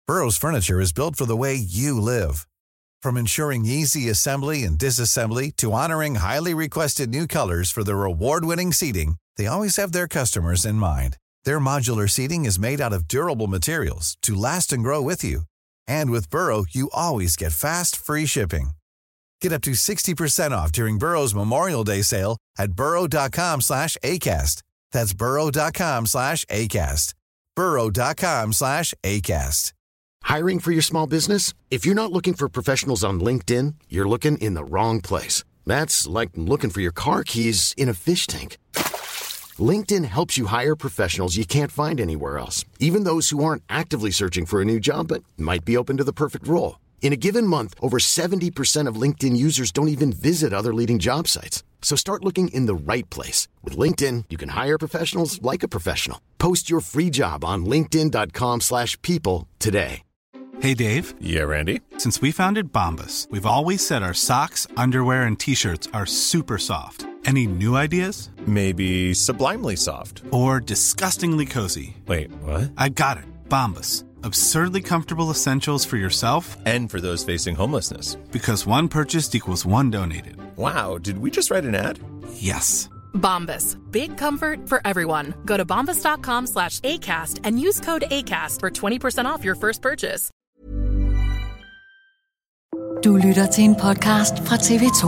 Burrow's furniture is built for the way you live. From ensuring easy assembly and disassembly to honoring highly requested new colors for their award-winning seating, they always have their customers in mind. Their modular seating is made out of durable materials to last and grow with you. And with Burrow, you always get fast, free shipping. Get up to 60% off during Burrow's Memorial Day sale at burrow.com/ACAST. That's burrow.com/ACAST. burrow.com/ACAST. Hiring for your small business? If you're not looking for professionals on LinkedIn, you're looking in the wrong place. That's like looking for your car keys in a fish tank. LinkedIn helps you hire professionals you can't find anywhere else, even those who aren't actively searching for a new job but might be open to the perfect role. In a given month, over 70% of LinkedIn users don't even visit other leading job sites. So start looking in the right place. With LinkedIn, you can hire professionals like a professional. Post your free job on linkedin.com/people today. Hey, Dave. Yeah, Randy. Since we founded Bombas, we've always said our socks, underwear, and T-shirts are super soft. Any new ideas? Maybe sublimely soft. Or disgustingly cozy. Wait, what? I got it. Bombas. Absurdly comfortable essentials for yourself and for those facing homelessness. Because one purchased equals one donated. Wow, did we just write an ad? Yes. Bombas. Big comfort for everyone. Go to bombas.com/ACAST and use code ACAST for 20% off your first purchase. Du lytter til en podcast fra TV2.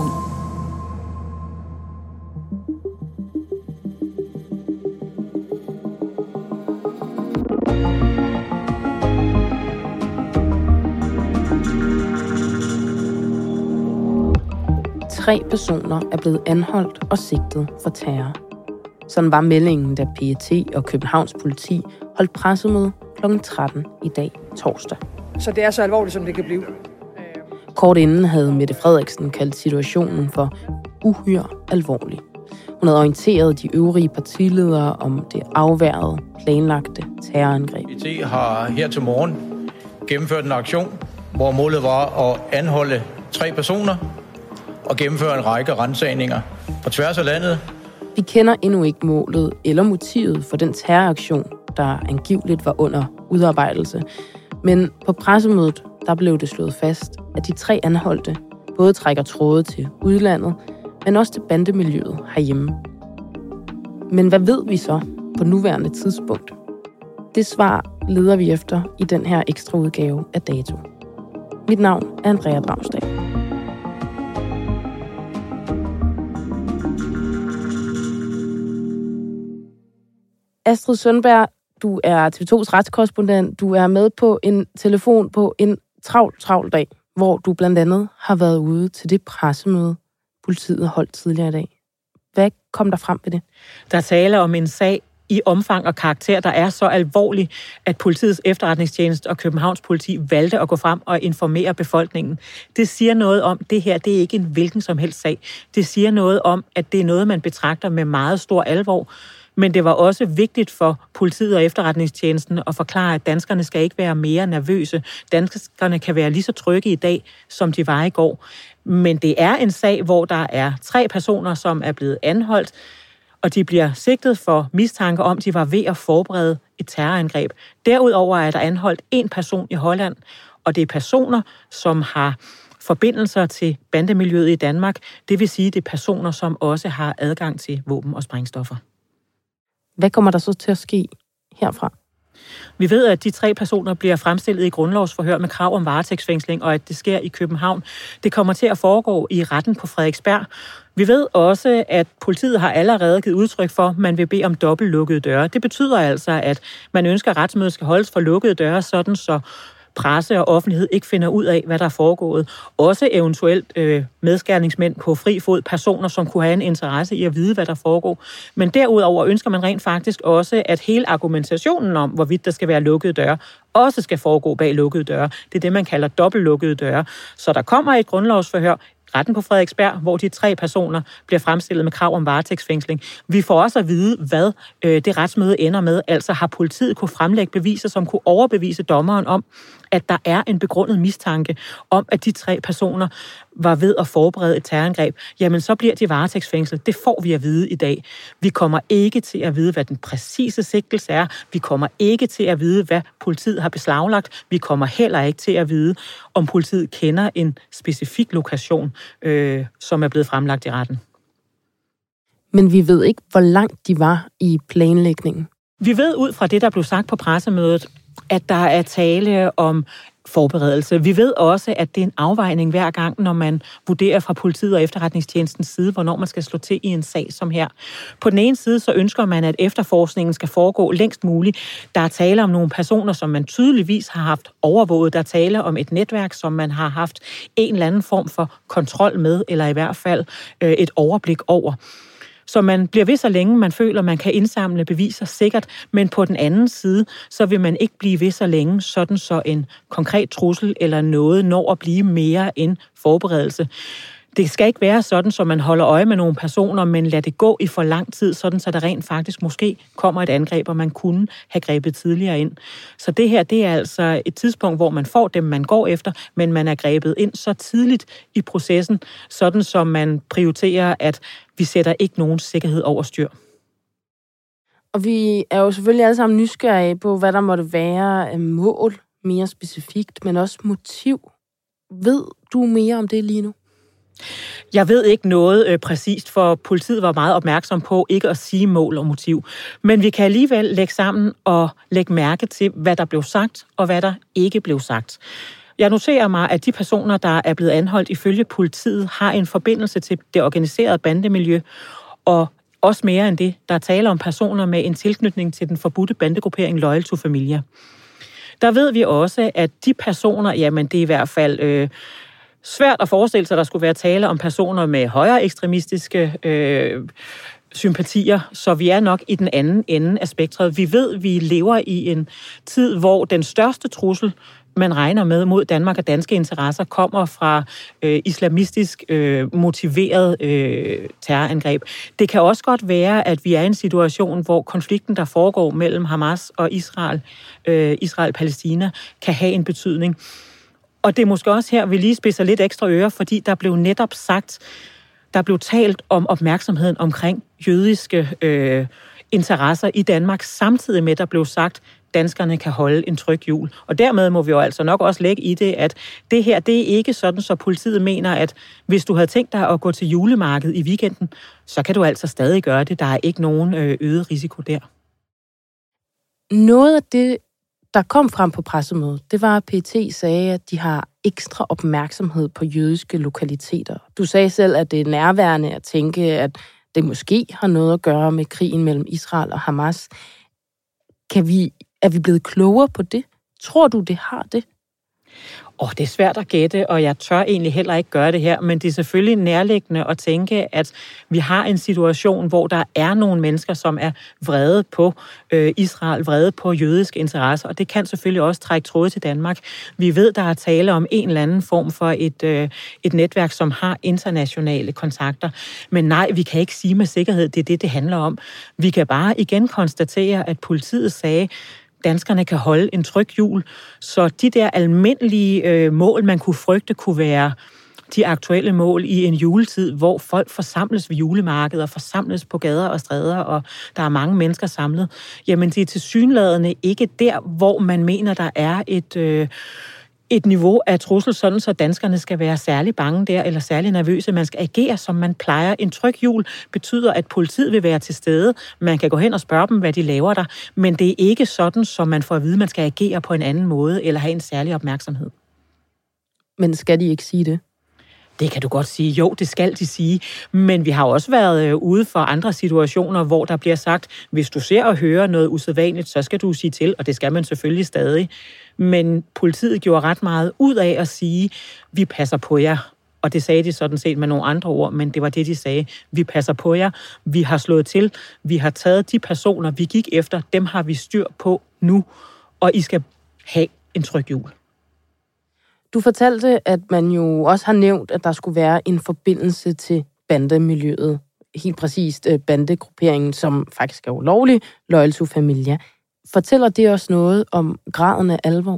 3 personer er blevet anholdt og sigtet for terror. Sådan var meldingen, da PET og Københavns politi holdt pressemøde kl. 13 i dag, torsdag. Så det er så alvorligt, som det kan blive. Kort inden havde Mette Frederiksen kaldt situationen for uhyre alvorlig. Hun havde orienteret de øvrige partiledere om det afværede, planlagte terrorangreb. PET har her til morgen gennemført en aktion, hvor målet var at anholde 3 personer og gennemføre en række ransagninger på tværs af landet. Vi kender endnu ikke målet eller motivet for den terroraktion, der angiveligt var under udarbejdelse. Men på pressemødet, der blev det slået fast, at de 3 anholdte både trækker tråde til udlandet, men også til bandemiljøet herhjemme. Men hvad ved vi så på nuværende tidspunkt? Det svar leder vi efter i den her ekstra udgave af Dato. Mit navn er Andrea Dragsdahl. Astrid Sundberg, du er TV2's retskorrespondent. Du er med på en telefon på en travl dag, hvor du blandt andet har været ude til det pressemøde, politiet holdt tidligere i dag. Hvad kom der frem ved det? Der taler om en sag i omfang og karakter, der er så alvorlig, at politiets efterretningstjeneste og Københavns politi valgte at gå frem og informere befolkningen. Det siger noget om, det her det er ikke en hvilken som helst sag. Det siger noget om, at det er noget, man betragter med meget stor alvor. Men det var også vigtigt for politiet og efterretningstjenesten at forklare, at danskerne skal ikke være mere nervøse. Danskerne kan være lige så trygge i dag, som de var i går. Men det er en sag, hvor der er 3 personer, som er blevet anholdt, og de bliver sigtet for mistanke om, de var ved at forberede et terrorangreb. Derudover er der anholdt 1 person i Holland, og det er personer, som har forbindelser til bandemiljøet i Danmark. Det vil sige, det er personer, som også har adgang til våben og sprængstoffer. Hvad kommer der så til at ske herfra? Vi ved, at de 3 personer bliver fremstillet i grundlovsforhør med krav om varetægtsfængsling, og at det sker i København. Det kommer til at foregå i retten på Frederiksberg. Vi ved også, at politiet har allerede givet udtryk for, at man vil bede om dobbelt lukkede døre. Det betyder altså, at man ønsker, at retsmødet skal holdes for lukkede døre, sådan så presse og offentlighed ikke finder ud af, hvad der er foregået. Også eventuelt medskærningsmænd på fri fod, personer, som kunne have en interesse i at vide, hvad der foregår. Men derudover ønsker man rent faktisk også, at hele argumentationen om, hvorvidt der skal være lukkede døre, også skal foregå bag lukkede døre. Det er det, man kalder dobbelt lukkede døre. Så der kommer et grundlovsforhør, retten på Frederiksberg, hvor de 3 personer bliver fremstillet med krav om varetægtsfængsling. Vi får også at vide, hvad det retsmøde ender med. Altså har politiet kunne fremlægge beviser, som kunne overbevise dommeren om, at der er en begrundet mistanke om, at de 3 personer var ved at forberede et terrorangreb, jamen så bliver de varetægtsfængslet. Det får vi at vide i dag. Vi kommer ikke til at vide, hvad den præcise sigtelse er. Vi kommer ikke til at vide, hvad politiet har beslaglagt. Vi kommer heller ikke til at vide, om politiet kender en specifik lokation, som er blevet fremlagt i retten. Men vi ved ikke, hvor langt de var i planlægningen. Vi ved ud fra det, der blev sagt på pressemødet, at der er tale om forberedelse. Vi ved også, at det er en afvejning hver gang, når man vurderer fra politiet og efterretningstjenestens side, hvornår man skal slå til i en sag som her. På den ene side, så ønsker man, at efterforskningen skal foregå længst muligt. Der er tale om nogle personer, som man tydeligvis har haft overvåget. Der er tale om et netværk, som man har haft en eller anden form for kontrol med, eller i hvert fald et overblik over. Så man bliver ved så længe, man føler, man kan indsamle beviser sikkert, men på den anden side, så vil man ikke blive ved så længe, sådan så en konkret trussel eller noget når at blive mere end forberedelse. Det skal ikke være sådan, så man holder øje med nogle personer, men lader det gå i for lang tid, sådan så der rent faktisk måske kommer et angreb, og man kunne have grebet tidligere ind. Så det her, det er altså et tidspunkt, hvor man får dem, man går efter, men man er grebet ind så tidligt i processen, sådan så man prioriterer, at vi sætter ikke nogen sikkerhed over styr. Og vi er jo selvfølgelig alle sammen nysgerrige på, hvad der måtte være af mål, mere specifikt, men også motiv. Ved du mere om det lige nu? Jeg ved ikke noget præcist, for politiet var meget opmærksom på ikke at sige mål og motiv. Men vi kan alligevel lægge sammen og lægge mærke til, hvad der blev sagt og hvad der ikke blev sagt. Jeg noterer mig, at de personer, der er blevet anholdt ifølge politiet, har en forbindelse til det organiserede bandemiljø, og også mere end det, der taler om personer med en tilknytning til den forbudte bandegruppering Loyal to Familia. Der ved vi også, at de personer, jamen det er i hvert fald svært at forestille sig, at der skulle være tale om personer med højere ekstremistiske sympatier, så vi er nok i den anden ende af spektret. Vi ved, at vi lever i en tid, hvor den største trussel, man regner med mod Danmark og danske interesser, kommer fra islamistisk motiveret terrorangreb. Det kan også godt være, at vi er i en situation, hvor konflikten, der foregår mellem Hamas og Israel-Palæstina, kan have en betydning. Og det er måske også her, vi lige spidser lidt ekstra øre, fordi der blev netop sagt, der blev talt om opmærksomheden omkring jødiske interesser i Danmark, samtidig med, der blev sagt, danskerne kan holde en tryg jul. Og dermed må vi jo altså nok også lægge i det, at det her, det er ikke sådan, så politiet mener, at hvis du havde tænkt dig at gå til julemarkedet i weekenden, så kan du altså stadig gøre det. Der er ikke nogen øget risiko der. Noget af det, der kom frem på pressemødet, det var, at PET sagde, at de har ekstra opmærksomhed på jødiske lokaliteter. Du sagde selv, at det er nærværende at tænke, at det måske har noget at gøre med krigen mellem Israel og Hamas. Er vi blevet klogere på det? Tror du, det har det? Det er svært at gætte, og jeg tør egentlig heller ikke gøre det her, men det er selvfølgelig nærliggende at tænke, at vi har en situation, hvor der er nogle mennesker, som er vrede på Israel, vrede på jødiske interesser, og det kan selvfølgelig også trække tråde til Danmark. Vi ved, der er tale om en eller anden form for et netværk, som har internationale kontakter, men nej, vi kan ikke sige med sikkerhed, det er det handler om. Vi kan bare igen konstatere, at politiet sagde, danskerne kan holde en tryg jul, så de der almindelige mål, man kunne frygte, kunne være de aktuelle mål i en juletid, hvor folk forsamles ved julemarkeder, forsamles på gader og stræder, og der er mange mennesker samlet. Jamen, det er tilsyneladende ikke der, hvor man mener, der er et niveau af trussel, sådan så danskerne skal være særlig bange der, eller særlig nervøse. Man skal agere, som man plejer. En tryg jul betyder, at politiet vil være til stede. Man kan gå hen og spørge dem, hvad de laver der, men det er ikke sådan, som man får at vide, at man skal agere på en anden måde, eller have en særlig opmærksomhed. Men skal de ikke sige det? Det kan du godt sige. Jo, det skal de sige. Men vi har også været ude for andre situationer, hvor der bliver sagt, hvis du ser og hører noget usædvanligt, så skal du sige til, og det skal man selvfølgelig stadig. Men politiet gjorde ret meget ud af at sige, vi passer på jer. Og det sagde de sådan set med nogle andre ord, men det var det, de sagde. Vi passer på jer, vi har slået til, vi har taget de personer, vi gik efter, dem har vi styr på nu, og I skal have en tryg jul. Du fortalte, at man jo også har nævnt, at der skulle være en forbindelse til bandemiljøet. Helt præcist bandegrupperingen, som faktisk er ulovlig, Loyal to Familia. Fortæller det også noget om graden af alvor?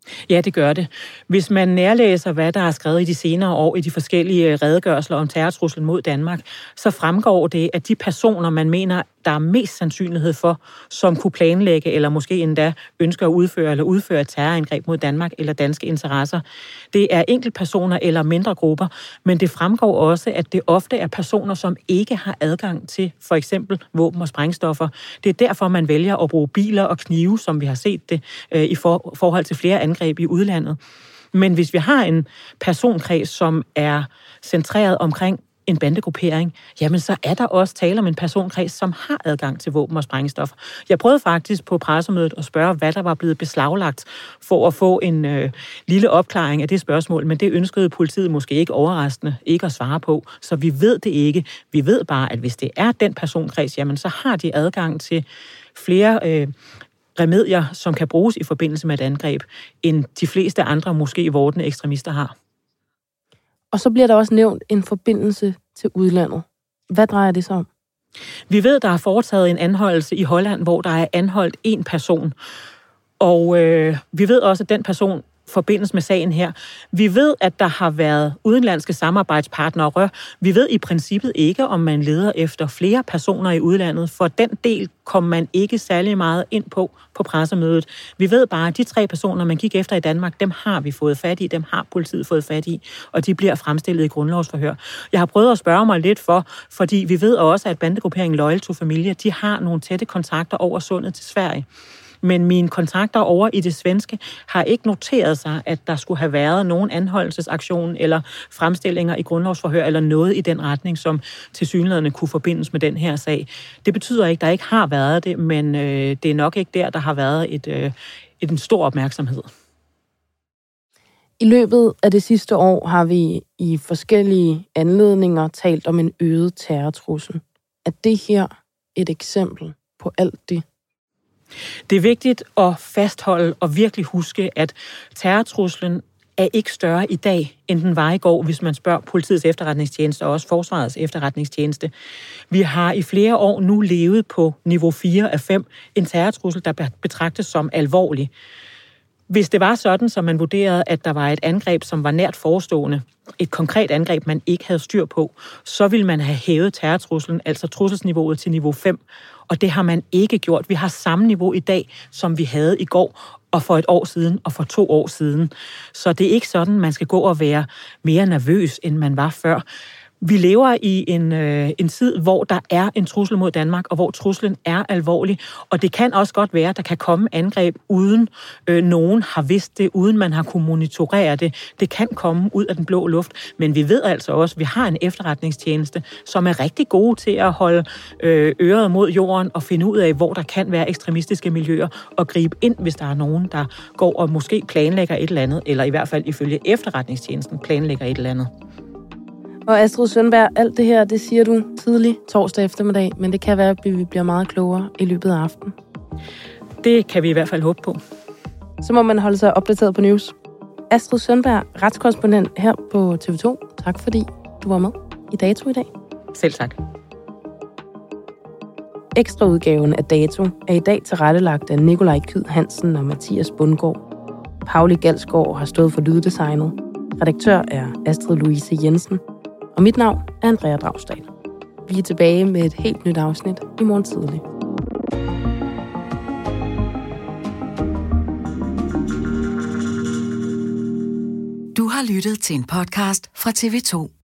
Ja, det gør det. Hvis man nærlæser, hvad der er skrevet i de senere år i de forskellige redegørelser om terrortruslen mod Danmark, så fremgår det, at de personer, man mener, der er mest sandsynlighed for, som kunne planlægge eller måske endda ønsker at udføre et terrorangreb mod Danmark eller danske interesser, det er enkeltpersoner eller mindre grupper, men det fremgår også, at det ofte er personer, som ikke har adgang til for eksempel våben og sprængstoffer. Det er derfor, man vælger at bruge biler og knive, som vi har set det i forhold til flere angreb i udlandet. Men hvis vi har en personkreds, som er centreret omkring en bandegruppering, jamen så er der også tale om en personkreds, som har adgang til våben og sprængstoffer. Jeg prøvede faktisk på pressemødet at spørge, hvad der var blevet beslaglagt for at få en lille opklaring af det spørgsmål, men det ønskede politiet måske ikke overraskende ikke at svare på, så vi ved det ikke. Vi ved bare, at hvis det er den personkreds, jamen så har de adgang til flere remedier, som kan bruges i forbindelse med et angreb, end de fleste andre måske vordende ekstremister har. Og så bliver der også nævnt en forbindelse til udlandet. Hvad drejer det sig om? Vi ved, der er foretaget en anholdelse i Holland, hvor der er anholdt en person. Og vi ved også, at den person forbindes med sagen her. Vi ved, at der har været udenlandske samarbejdspartnere. Vi ved i princippet ikke, om man leder efter flere personer i udlandet, for den del kom man ikke særlig meget ind på pressemødet. Vi ved bare, at de 3 personer, man gik efter i Danmark, dem har vi fået fat i, dem har politiet fået fat i, og de bliver fremstillet i grundlovsforhør. Jeg har prøvet at spørge mig lidt fordi vi ved også, at bandegrupperingen Loyal to Familia, de har nogle tætte kontakter over sundet til Sverige. Men mine kontakter over i det svenske har ikke noteret sig, at der skulle have været nogen anholdelsesaktion eller fremstillinger i grundlovsforhør eller noget i den retning, som tilsyneladende kunne forbindes med den her sag. Det betyder ikke, at der ikke har været det, men det er nok ikke der har været en stor opmærksomhed. I løbet af det sidste år har vi i forskellige anledninger talt om en øget terrortrussel. Er det her et eksempel på alt det? Det er vigtigt at fastholde og virkelig huske, at terrortruslen er ikke større i dag, end den var i går, hvis man spørger politiets efterretningstjeneste og også forsvarets efterretningstjeneste. Vi har i flere år nu levet på niveau 4 af 5, en terrortrussel, der betragtes som alvorlig. Hvis det var sådan, så man vurderede, at der var et angreb, som var nært forestående, et konkret angreb, man ikke havde styr på, så ville man have hævet terrortruslen, altså trusselsniveauet til niveau 5. Og det har man ikke gjort. Vi har samme niveau i dag, som vi havde i går, og for et år siden, og for 2 år siden. Så det er ikke sådan, man skal gå og være mere nervøs, end man var før. Vi lever i en tid, hvor der er en trussel mod Danmark, og hvor truslen er alvorlig. Og det kan også godt være, at der kan komme angreb, uden nogen har vidst det, uden man har kunnet monitorere det. Det kan komme ud af den blå luft. Men vi ved altså også, at vi har en efterretningstjeneste, som er rigtig gode til at holde øret mod jorden og finde ud af, hvor der kan være ekstremistiske miljøer, og gribe ind, hvis der er nogen, der går og måske planlægger et eller andet, eller i hvert fald ifølge efterretningstjenesten planlægger et eller andet. Og Astrid Sundberg, alt det her, det siger du tidlig torsdag eftermiddag, men det kan være, at vi bliver meget klogere i løbet af aftenen. Det kan vi i hvert fald håbe på. Så må man holde sig opdateret på news. Astrid Sundberg, retskorrespondent her på TV2. Tak fordi du var med i Dato i dag. Selv tak. Ekstraudgaven af Dato er i dag tilrettelagt af Nikolaj Kyed Hansen og Mathias Bundgaard. Pauli Galsgaard har stået for lyddesignet. Redaktør er Astrid Louise Jensen. Og mit navn er Andrea Dragsdahl. Vi er tilbage med et helt nyt afsnit i morgen tidlig. Du har lyttet til en podcast fra TV2.